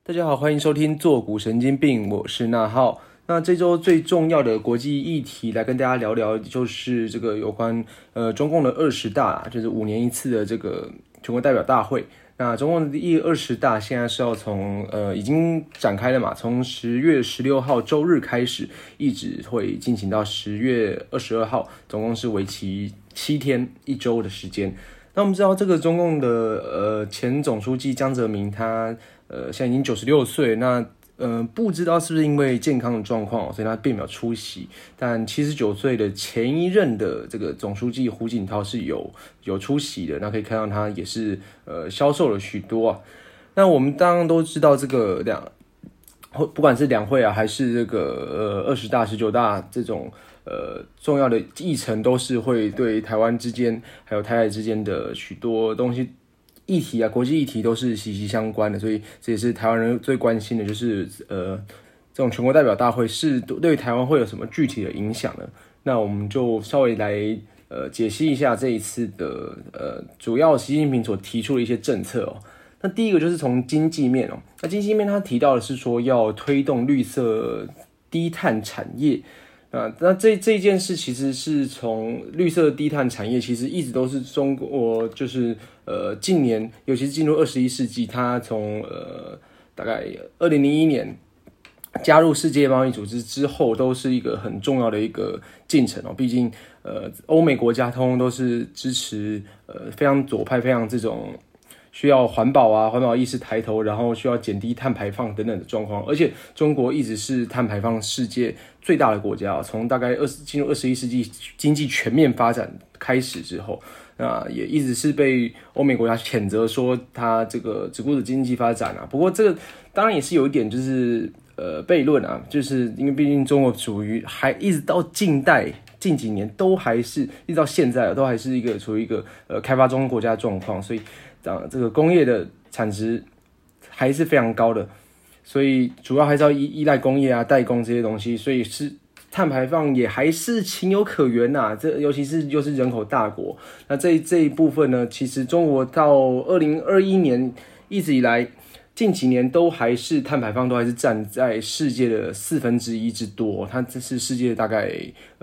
大家好，欢迎收听坐骨神经病，我是纳浩。那这周最重要的国际议题来跟大家聊聊，就是这个有关中共的20大，就是5年一次的这个全国代表大会。那中共的第20大现在是要从已经展开了嘛，从10月16号周日开始，一直会进行到10月22号，总共是为期7天1周的时间。那我们知道这个中共的前总书记江泽民他现在已经96岁，那不知道是不是因为健康的状况，所以他并没有出席。但79岁的前一任的这个总书记胡锦涛是有出席的，那可以看到他也是消瘦了许多啊。那我们当然都知道这个不管是两会啊，还是这个20大、19大这种重要的议程，都是会对台湾之间还有台海之间的许多东西议题啊，国际议题都是息息相关的，所以这也是台湾人最关心的，就是这种全国代表大会是对台湾会有什么具体的影响呢？那我们就稍微来解析一下这一次的主要习近平所提出的一些政策哦。那第一个就是从经济面哦，那经济面他提到的是说要推动绿色低碳产业。那这件事其实是从绿色低碳产业，其实一直都是中国就是近年，尤其是进入21世纪，它从大概2001年加入世界贸易组织之后，都是一个很重要的一个进程哦。毕竟欧美国家通通都是支持非常左派、非常这种需要环保意识抬头，然后需要减低碳排放等等的状况。而且中国一直是碳排放世界最大的国家，从大概进入21世纪经济全面发展开始之后，那也一直是被欧美国家谴责说它这个只顾着经济发展啊。不过这个当然也是有一点就是悖论啊，就是因为毕竟中国属于还一直到近几年都还是一直到现在都还是一个处于一个开发中国家的状况，所以这个工业的产值还是非常高的，所以主要还是要依赖工业啊、代工这些东西，所以是碳排放也还是情有可原呐。这尤其是又是人口大国，那这一部分呢，其实中国到2021年一直以来近几年都还是碳排放都还是占在世界的1/4之多，它这是世界大概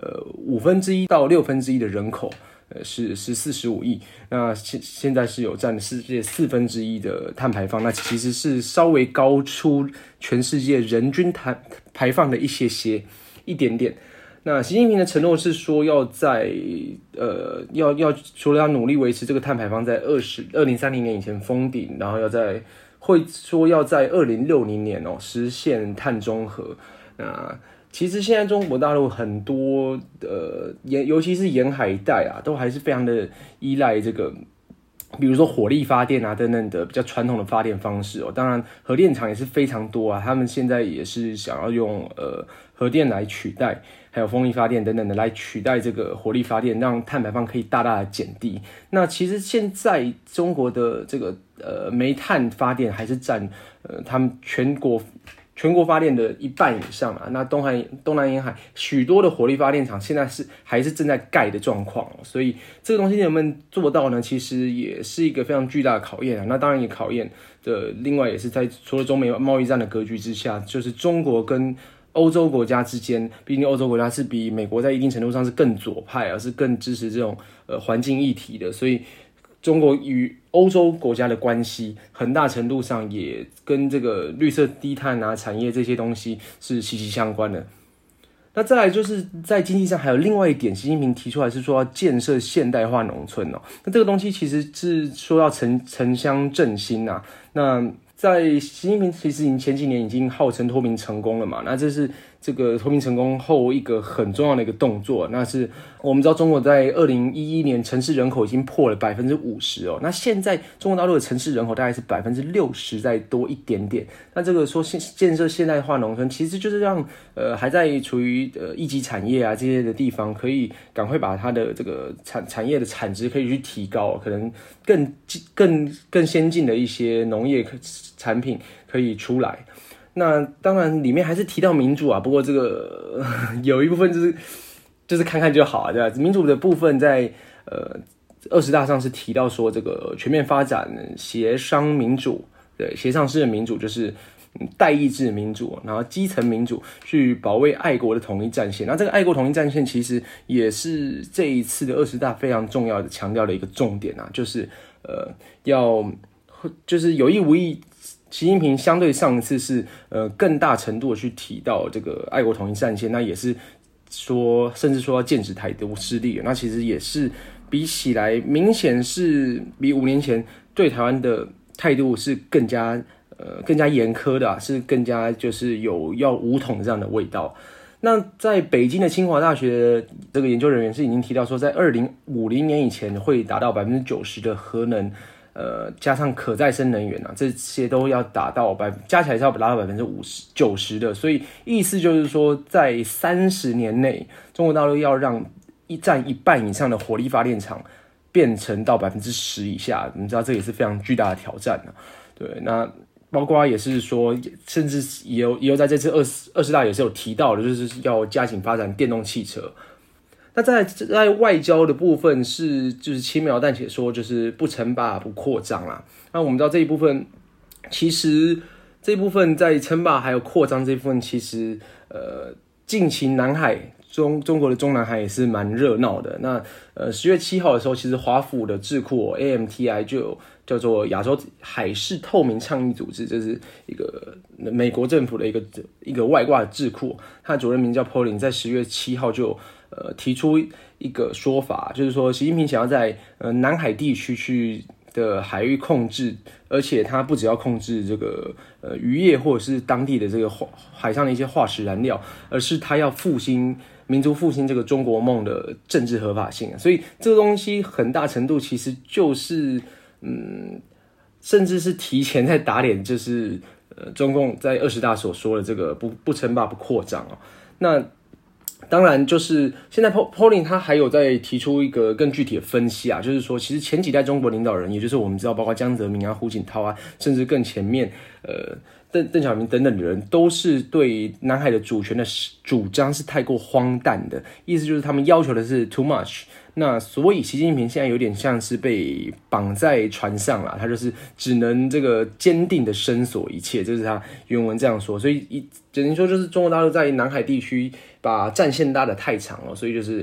1/5到1/6的人口。是14-15亿，那现在是有占世界1/4的碳排放，那其实是稍微高出全世界人均碳排放的一点点。那习近平的承诺是说要在除了要努力维持这个碳排放在2030年以前封顶，然后会说要在2060年实现碳中和。那其实现在中国大陆很多尤其是沿海一带啊，都还是非常的依赖这个，比如说火力发电啊等等的比较传统的发电方式哦。当然核电厂也是非常多啊，他们现在也是想要用核电来取代，还有风力发电等等的来取代这个火力发电，让碳排放可以大大的减低。那其实现在中国的这个煤炭发电还是占他们全国发电的1半以上啊，那东南沿海许多的火力发电厂现在还是正在盖的状况哦，所以这个东西能不能做到呢？其实也是一个非常巨大的考验啊。那当然也考验的另外也是在除了中美贸易战的格局之下，就是中国跟欧洲国家之间，毕竟欧洲国家是比美国在一定程度上是更左派，而是更支持这种环境议题的，所以中国与欧洲国家的关系很大程度上也跟这个绿色低碳啊产业这些东西是息息相关的。那再来就是在经济上还有另外一点，习近平提出来是说要建设现代化农村哦。那这个东西其实是说要城乡振兴啊。那在习近平其实前几年已经号称脱贫成功了嘛，那这是这个脱贫成功后一个很重要的一个动作，那是我们知道中国在2011年城市人口已经破了50%哦，那现在中国大陆的城市人口大概是60%再多一点点，那这个说建设现代化农村，其实就是让还在处于一级产业啊这些的地方，可以赶快把它的这个产业的产值可以去提高，可能更先进的一些农业产品可以出来。那当然里面还是提到民主啊，不过这个有一部分就是看看就好啊，对吧？民主的部分在20大上是提到说这个全面发展协商民主，对，协商式的民主就是代议制民主，然后基层民主去保卫爱国的统一战线。那这个爱国统一战线其实也是这一次的20大非常重要的强调的一个重点啊，就是就是有意无意，习近平相对上一次是更大程度的去提到这个爱国统一战线，那也是说甚至说要剑指台独势力，那其实也是比起来明显是比5年前对台湾的态度是更加严苛的是更加就是有要武统这样的味道。那在北京的清华大学这个研究人员是已经提到说，在2050年以前会达到90%的核能，加上可再生能源这些都要达到加起来是要达到90%的，所以意思就是说，在30年内，中国大陆要让占一半以上的火力发电厂变成到10%以下，你知道这也是非常巨大的挑战对，那包括也是说，甚至也有在这次20大也是有提到的，就是要加紧发展电动汽车。那在外交的部分就是轻描淡写说，就是不称霸不扩张啦。那我们知道这一部分，其实这一部分在称霸还有扩张这一部分，其实近期南海中国的中南海也是蛮热闹的。那10月7号的时候，其实华府的智库AMTI 就有叫做亚洲海事透明倡议组织，这是一个美国政府的一个外挂的智库，它的主任名叫 Pauling， 在10月7号就提出一个说法，就是说习近平想要在南海地区的海域控制，而且他不只要控制这个渔业或者是当地的这个海上的一些化石燃料，而是他要民族复兴这个中国梦的政治合法性。所以这个东西很大程度其实就是甚至是提前在打脸，就是中共在20大所说的这个不称霸不扩张那当然，就是现在 Pauling 他还有在提出一个更具体的分析就是说，其实前几代中国领导人，也就是我们知道，包括江泽民胡锦涛甚至更前面邓小平等等的人，都是对南海的主权的主张是太过荒诞的，意思就是他们要求的是 too much。那所以习近平现在有点像是被绑在船上啦，他就是只能这个坚定的深锁一切，这是他原文这样说。所以只能说就是中国大陆在南海地区把战线拉得太长了，所以就是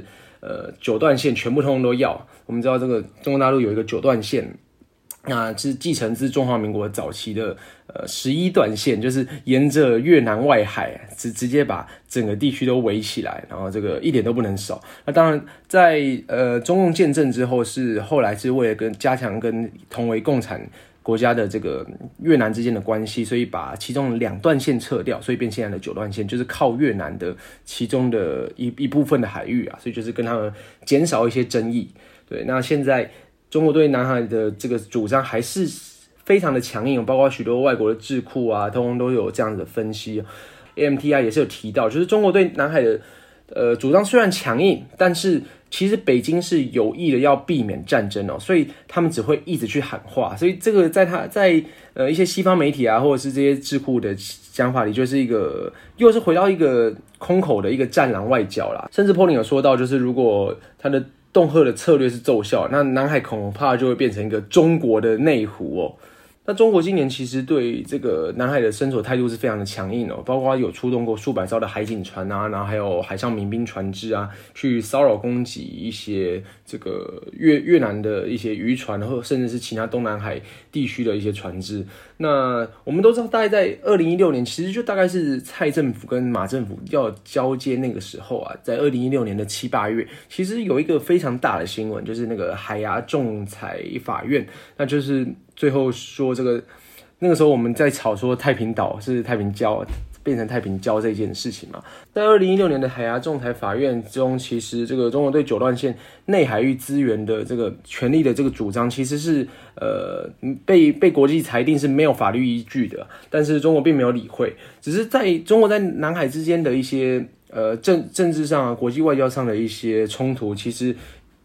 9段线全部通通都要。我们知道这个中国大陆有一个9段线，那是继承自中华民国早期的11段线，就是沿着越南外海直接把整个地区都围起来，然后这个一点都不能少。那当然在中共建政之后，后来是为了加强跟同为共产国家的这个越南之间的关系，所以把其中2段线撤掉，所以变现在的9段线，就是靠越南的其中的一部分的海域所以就是跟他们减少一些争议。对，那现在中国对南海的这个主张还是非常的强硬，包括许多外国的智库通通都有这样子的分析。AMTI 也是有提到，就是中国对南海的主张虽然强硬，但是其实北京是有意的要避免战争所以他们只会一直去喊话。所以这个在一些西方媒体或者是这些智库的想法里，就是又是回到一个空口的一个战狼外交啦。甚至 Pauling 有说到，就是如果他的恫吓的策略是奏效，那南海恐怕就会变成一个中国的内湖那中国今年其实对这个南海的伸索态度是非常的强硬包括有出动过数百艘的海警船然后还有海上民兵船只去骚扰攻击一些这个越南的一些渔船，或甚至是其他东南海地区的一些船只。那我们都知道，大概在2016年，其实就大概是蔡政府跟马政府要交接那个时候在2016年的7、8月，其实有一个非常大的新闻，就是那个海牙仲裁法院，那就是最后说那个时候我们在吵说太平岛是太平礁变成太平礁这件事情嘛。在2016年的海牙仲裁法院中，其实这个中国对9段线内海域资源的这个权利的这个主张，其实是被国际裁定是没有法律依据的，但是中国并没有理会，只是在中国在南海之间的一些政治上国际外交上的一些冲突，其实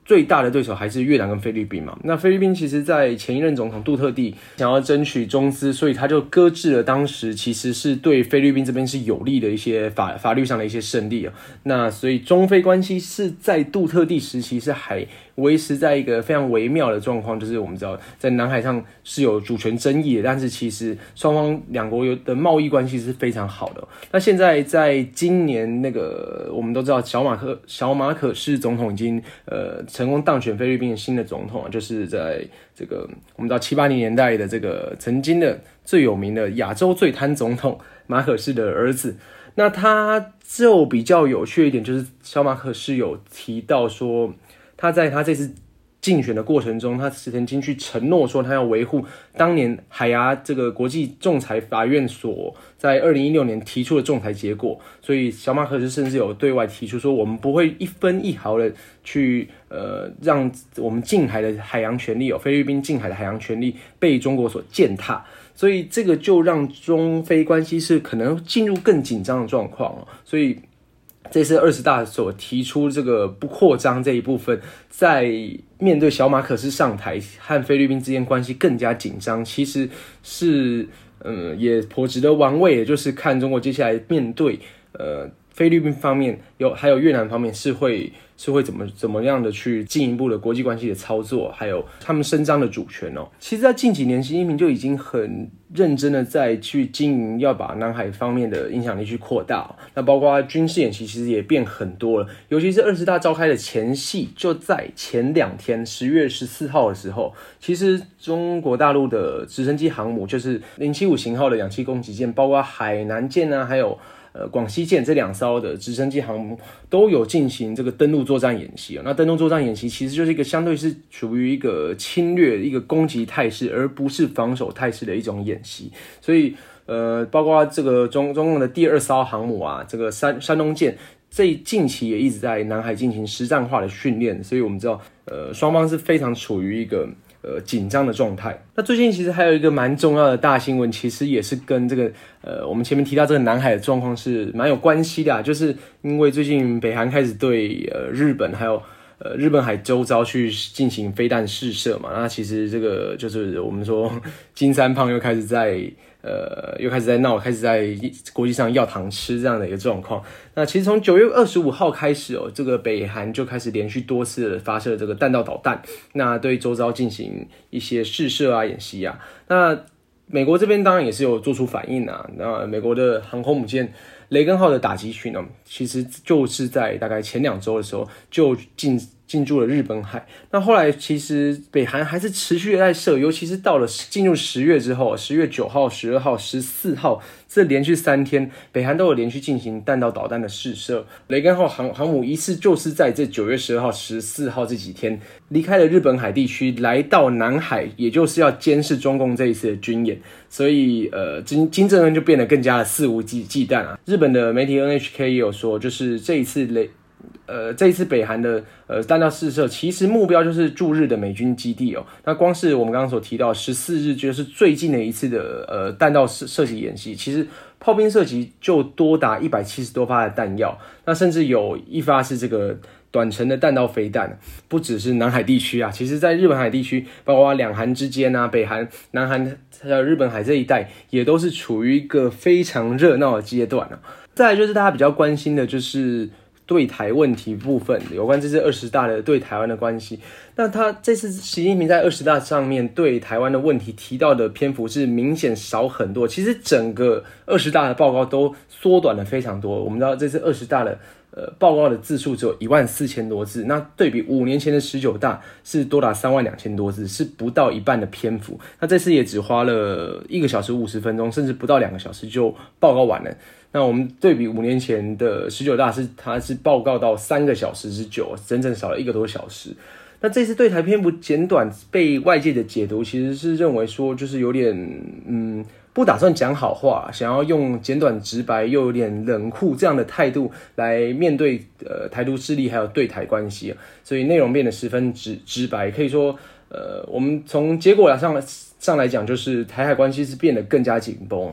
最大的对手还是越南跟菲律宾嘛。那菲律宾其实在前一任总统杜特地想要争取中资，所以他就搁置了当时其实是对菲律宾这边是有利的一些法律上的一些胜利。那所以中菲关系是在杜特地时期是还维持在一个非常微妙的状况，就是我们知道在南海上是有主权争议的，但是其实双方两国的贸易关系是非常好的。那现在在今年那个我们都知道小马可仕总统已经成功当选菲律宾的新的总统，就是在这个我们知道70、80年代的这个曾经的最有名的亚洲最贪总统马可仕的儿子。那他就比较有趣一点，就是小马可仕有提到说，他在他这次竞选的过程中，他曾经去承诺说，他要维护当年海牙这个国际仲裁法院所在2016年提出的仲裁结果。所以小马可仕甚至有对外提出说，我们不会一分一毫的去让我们近海的海洋权利菲律宾近海的海洋权利被中国所践踏。所以这个就让中非关系是可能进入更紧张的状况。所以这次20大所提出这个不扩张这一部分，在面对小马可仕上台和菲律宾之间关系更加紧张，其实是也颇值得玩味，也就是看中国接下来面对菲律宾方面还有越南方面是会怎么样的去进一步的国际关系的操作，还有他们伸张的主权。其实在近几年习近平就已经很认真的在去经营，要把南海方面的影响力去扩大。那包括军事演习其实也变很多了，尤其是20大召开的前夕，就在前2天10月14号的时候，其实中国大陆的直升机航母就是075型号的两栖攻击舰，包括海南舰还有广西舰这2艘的直升机航母都有进行这个登陆作战演习。那登陆作战演习其实就是一个相对是属于一个侵略、一个攻击态势，而不是防守态势的一种演习。所以包括这个中共的第2艘航母这个山东舰，这近期也一直在南海进行实战化的训练。所以我们知道双方是非常处于一个紧张的状态。那最近其实还有一个蛮重要的大新闻，其实也是跟这个我们前面提到这个南海的状况是蛮有关系的就是因为最近北韩开始对日本还有日本海周遭去进行飞弹试射嘛。那其实这个就是我们说金三胖又开始在闹，开始在国际上要糖吃这样的一个状况。那其实从9月25号开始这个北韩就开始连续多次的发射这个弹道导弹，那对周遭进行一些试射演习那美国这边当然也是有做出反应那美国的航空母舰雷根号的打击群其实就是在大概前2周的时候就进驻了日本海。那后来其实北韩还是持续的在射，尤其是到了进入10月之后，10月9号、12号、14号这连续3天，北韩都有连续进行弹道导弹的试射。雷根号航母疑似就是在这9月12号、14号这几天离开了日本海地区，来到南海，也就是要监视中共这一次的军演。所以金正恩就变得更加的肆无忌惮日本的媒体 NHK 也有说，就是这一次北韩的弹道试射，其实目标就是驻日的美军基地那光是我们刚刚所提到14日，就是最近的一次的弹道射击演习，其实炮兵射击就多达170多发的弹药，那甚至有一发是这个短程的弹道飞弹。不只是南海地区其实在日本海地区，包括两韩之间北韩、南韩还有日本海这一带，也都是处于一个非常热闹的阶段再来就是大家比较关心的就是对台问题部分，有关这次20大的对台湾的关系。那他这次习近平在20大上面对台湾的问题提到的篇幅是明显少很多，其实整个20大的报告都缩短了非常多。我们知道这次20大的报告的字数只有14000多字，那对比5年前的19大是多达32000多字，是不到一半的篇幅。那这次也只花了1个小时50分钟，甚至不到2个小时就报告完了。那我们对比5年前的19大它是报告到3个小时之久，整整少了1个多小时。那这次对台篇幅简短，被外界的解读其实是认为说，就是有点不打算讲好话，想要用简短直白又有点冷酷这样的态度来面对台独势力还有对台关系所以内容变得十分直白。可以说我们从结果上来讲，就是台海关系是变得更加紧绷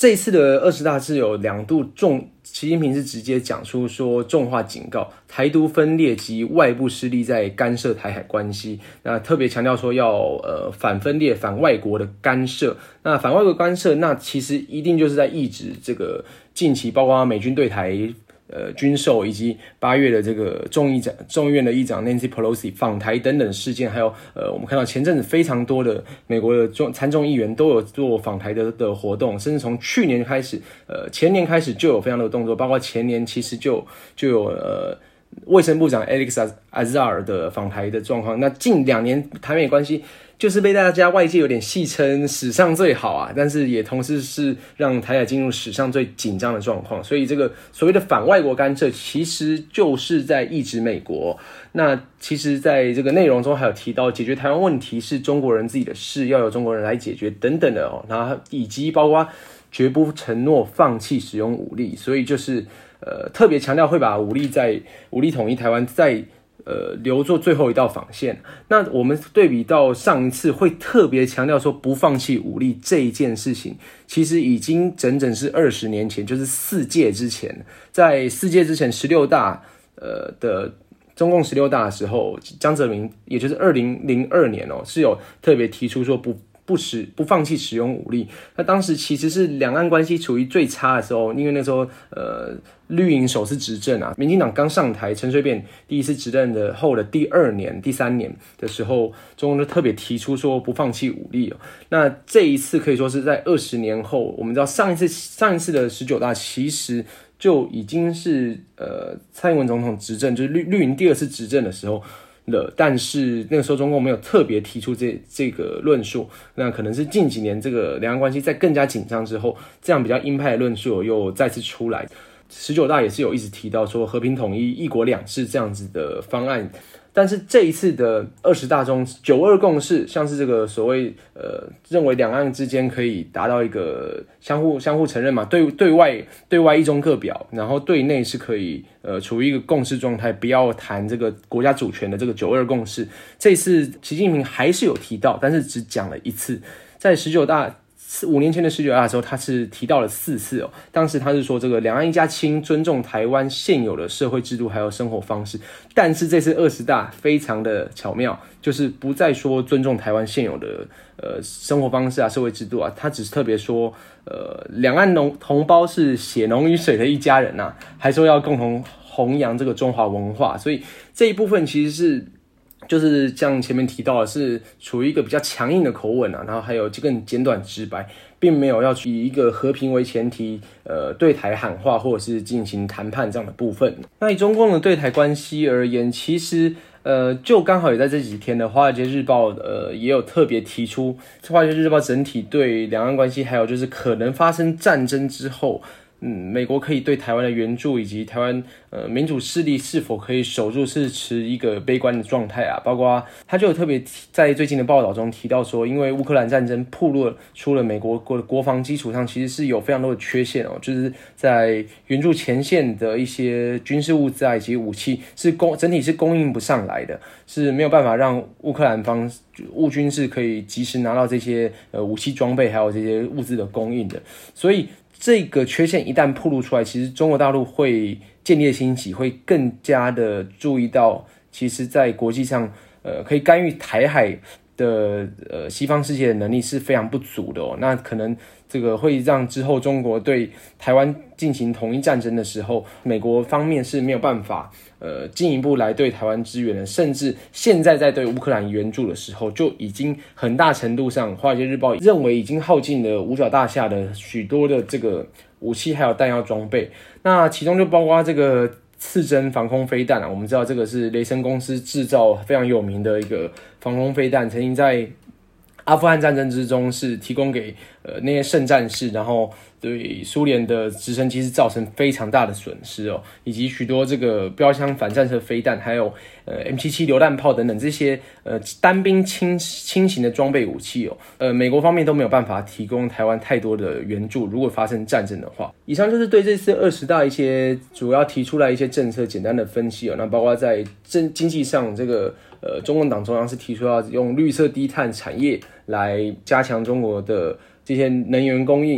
这一次的20大是有2度习近平是直接讲出说重话警告台独分裂及外部势力在干涉台海关系，那特别强调说要反分裂、反外国的干涉。那反外国干涉，那其实一定就是在抑制这个近期包括美军对台军售，以及8月的这个众议院的议长 Nancy Pelosi 访台等等事件，还有我们看到前阵子非常多的美国的参众议员都有做访台的活动，甚至从去年开始，前年开始就有非常多的动作，包括前年其实就有卫生部长 Alex Azar 的访台的状况。那近2年台美关系就是被大家外界有点戏称史上最好啊，但是也同时是让台海进入史上最紧张的状况。所以这个所谓的反外国干涉，其实就是在抑制美国。那其实在这个内容中还有提到，解决台湾问题是中国人自己的事，要由中国人来解决等等的哦。然后以及包括绝不承诺放弃使用武力，所以就是特别强调会把武力统一台湾在留作最后一道防线。那我们对比到上一次会特别强调说不放弃武力这一件事情，其实已经整整是20年前，就是4届之前。在4届之前16大的中共16大的时候，江泽民也就是2002年是有特别提出说不放弃使用武力。那当时其实是两岸关系处于最差的时候，因为那时候绿营首次执政啊，民进党刚上台，陈水扁第一次执政的后的第3年的时候，中共就特别提出说不放弃武力。那这一次可以说是在20年后，我们知道上一次的19大其实就已经是蔡英文总统执政，就是绿营第2次执政的时候了，但是那个时候中共没有特别提出这个论述，那可能是近几年这个两岸关系在更加紧张之后，这样比较鹰派的论述又再次出来。19大也是有一直提到说和平统一、一国两制这样子的方案，但是这一次的20大中9·2共识，像是这个所谓认为两岸之间可以达到一个相互承认嘛，对外一中各表，然后对内是可以处于一个共识状态，不要谈这个国家主权的这个9·2共识。这一次习近平还是有提到，但是只讲了1次，在19大。5年前的19大的时候，他是提到了4次哦。当时他是说这个两岸一家亲，尊重台湾现有的社会制度还有生活方式。但是这次20大非常的巧妙，就是不再说尊重台湾现有的生活方式啊、社会制度啊，他只是特别说两岸同胞是血浓于水的一家人啊，还说要共同弘扬这个中华文化。所以这一部分其实是。就是像前面提到的，是处于一个比较强硬的口吻啊，然后还有更简短直白，并没有要以一个和平为前提，对台喊话或者是进行谈判这样的部分。那以中共的对台关系而言，其实就刚好也在这几天的《华尔街日报》也有特别提出，《华尔街日报》整体对两岸关系，还有就是可能发生战争之后。美国可以对台湾的援助以及台湾民主势力是否可以守住，是持一个悲观的状态啊。包括他就有特别在最近的报道中提到说，因为乌克兰战争暴露出了美国国防基础上其实是有非常多的缺陷哦，就是在援助前线的一些军事物资以及武器整体是供应不上来的，是没有办法让乌克兰方乌军是可以及时拿到这些武器装备还有这些物资的供应的，所以。这个缺陷一旦暴露出来，其实中国大陆会见猎心喜，会更加的注意到，其实在国际上，可以干预台海的西方世界的能力是非常不足的哦。那可能这个会让之后中国对台湾进行统一战争的时候，美国方面是没有办法进一步来对台湾支援的，甚至现在在对乌克兰援助的时候，就已经很大程度上，《华尔街日报》认为已经耗尽了五角大厦的许多的这个武器还有弹药装备。那其中就包括这个刺针防空飞弹啊，我们知道这个是雷神公司制造非常有名的一个防空飞弹，曾经在阿富汗战争之中是提供给那些圣战士，然后对苏联的直升机是造成非常大的损失哦，以及许多这个标枪反战车飞弹，还有M77 榴弹炮等等这些单兵轻型的装备武器哦，美国方面都没有办法提供台湾太多的援助，如果发生战争的话。以上就是对这次20大一些主要提出来一些政策简单的分析哦，那包括在经济上这个中共党中央是提出要用绿色低碳产业来加强中国的这些能源供应，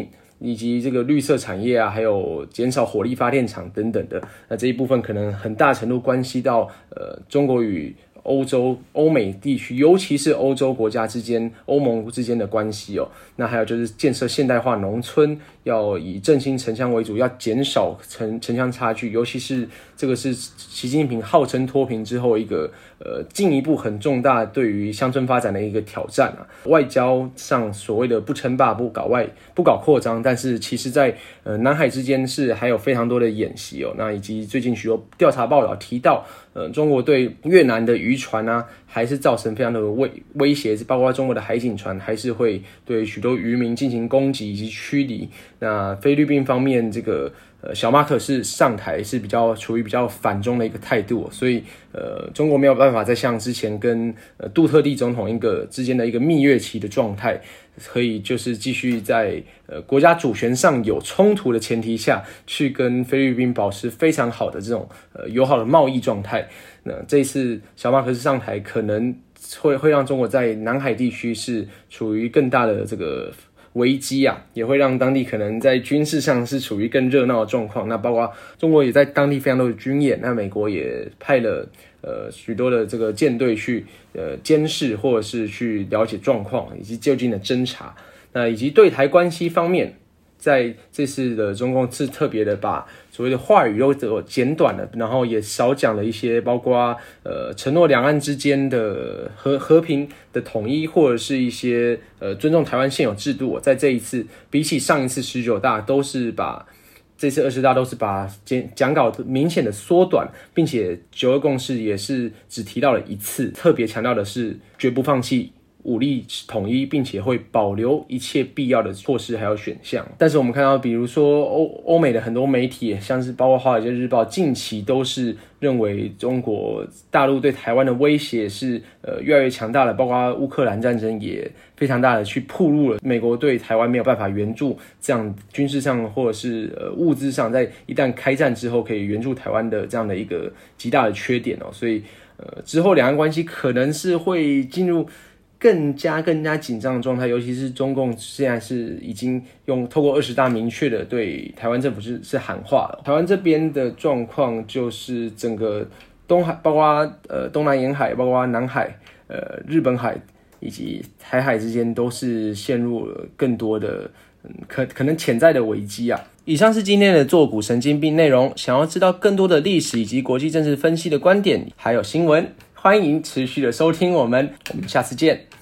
以及这个绿色产业啊，还有减少火力发电厂等等的，那这一部分可能很大程度关系到中国与欧美地区，尤其是欧洲国家之间、欧盟之间的关系哦。那还有就是建设现代化农村，要以振兴城乡为主，要减少城乡差距，尤其是这个是习近平号称脱贫之后一个进一步很重大对于乡村发展的一个挑战啊。外交上所谓的不称霸、不搞扩张，但是其实在南海之间还有非常多的演习哦。那以及最近许多调查报道提到，中国对越南的渔船啊，还是造成非常的威胁，包括中国的海警船还是会对许多渔民进行攻击以及驱离。那菲律宾方面，这个小马可是上台是处于比较反中的一个态度，所以中国没有办法再像之前跟杜特地总统之间的一个蜜月期的状态，可以就是继续在国家主权上有冲突的前提下，去跟菲律宾保持非常好的这种友好的贸易状态。那这一次小马可是上台，可能会让中国在南海地区是处于更大的这个危机啊，也会让当地可能在军事上是处于更热闹的状况。那包括中国也在当地非常多的军演，那美国也派了许多的这个舰队去监视或者是去了解状况以及就近的侦查。那以及对台关系方面，在这次的中共是特别的把所谓的话语都简短了，然后也少讲了一些，包括承诺两岸之间的和平的统一，或者是一些尊重台湾现有制度。在这一次比起上一次19大，这次20大都是把讲稿明显的缩短，并且9·2共识也是只提到了一次，特别强调的是绝不放弃武力统一，并且会保留一切必要的措施还有选项。但是我们看到，比如说欧美的很多媒体，像是包括《华尔街日报》，近期都是认为中国大陆对台湾的威胁是越来越强大了，包括乌克兰战争也非常大的去暴露了美国对台湾没有办法援助，这样军事上或者是物资上，在一旦开战之后可以援助台湾的这样的一个极大的缺点哦。所以之后两岸关系可能是会进入更加紧张的状态，尤其是中共现在是已经透过20大明确的对台湾政府是喊话了。台湾这边的状况就是整个东海，包括东南沿海，包括南海、日本海以及台海之间都是陷入了更多的可能潜在的危机啊。以上是今天的坐骨神经病内容。想要知道更多的历史以及国际政治分析的观点，还有新闻，欢迎持续的收听我们下次见。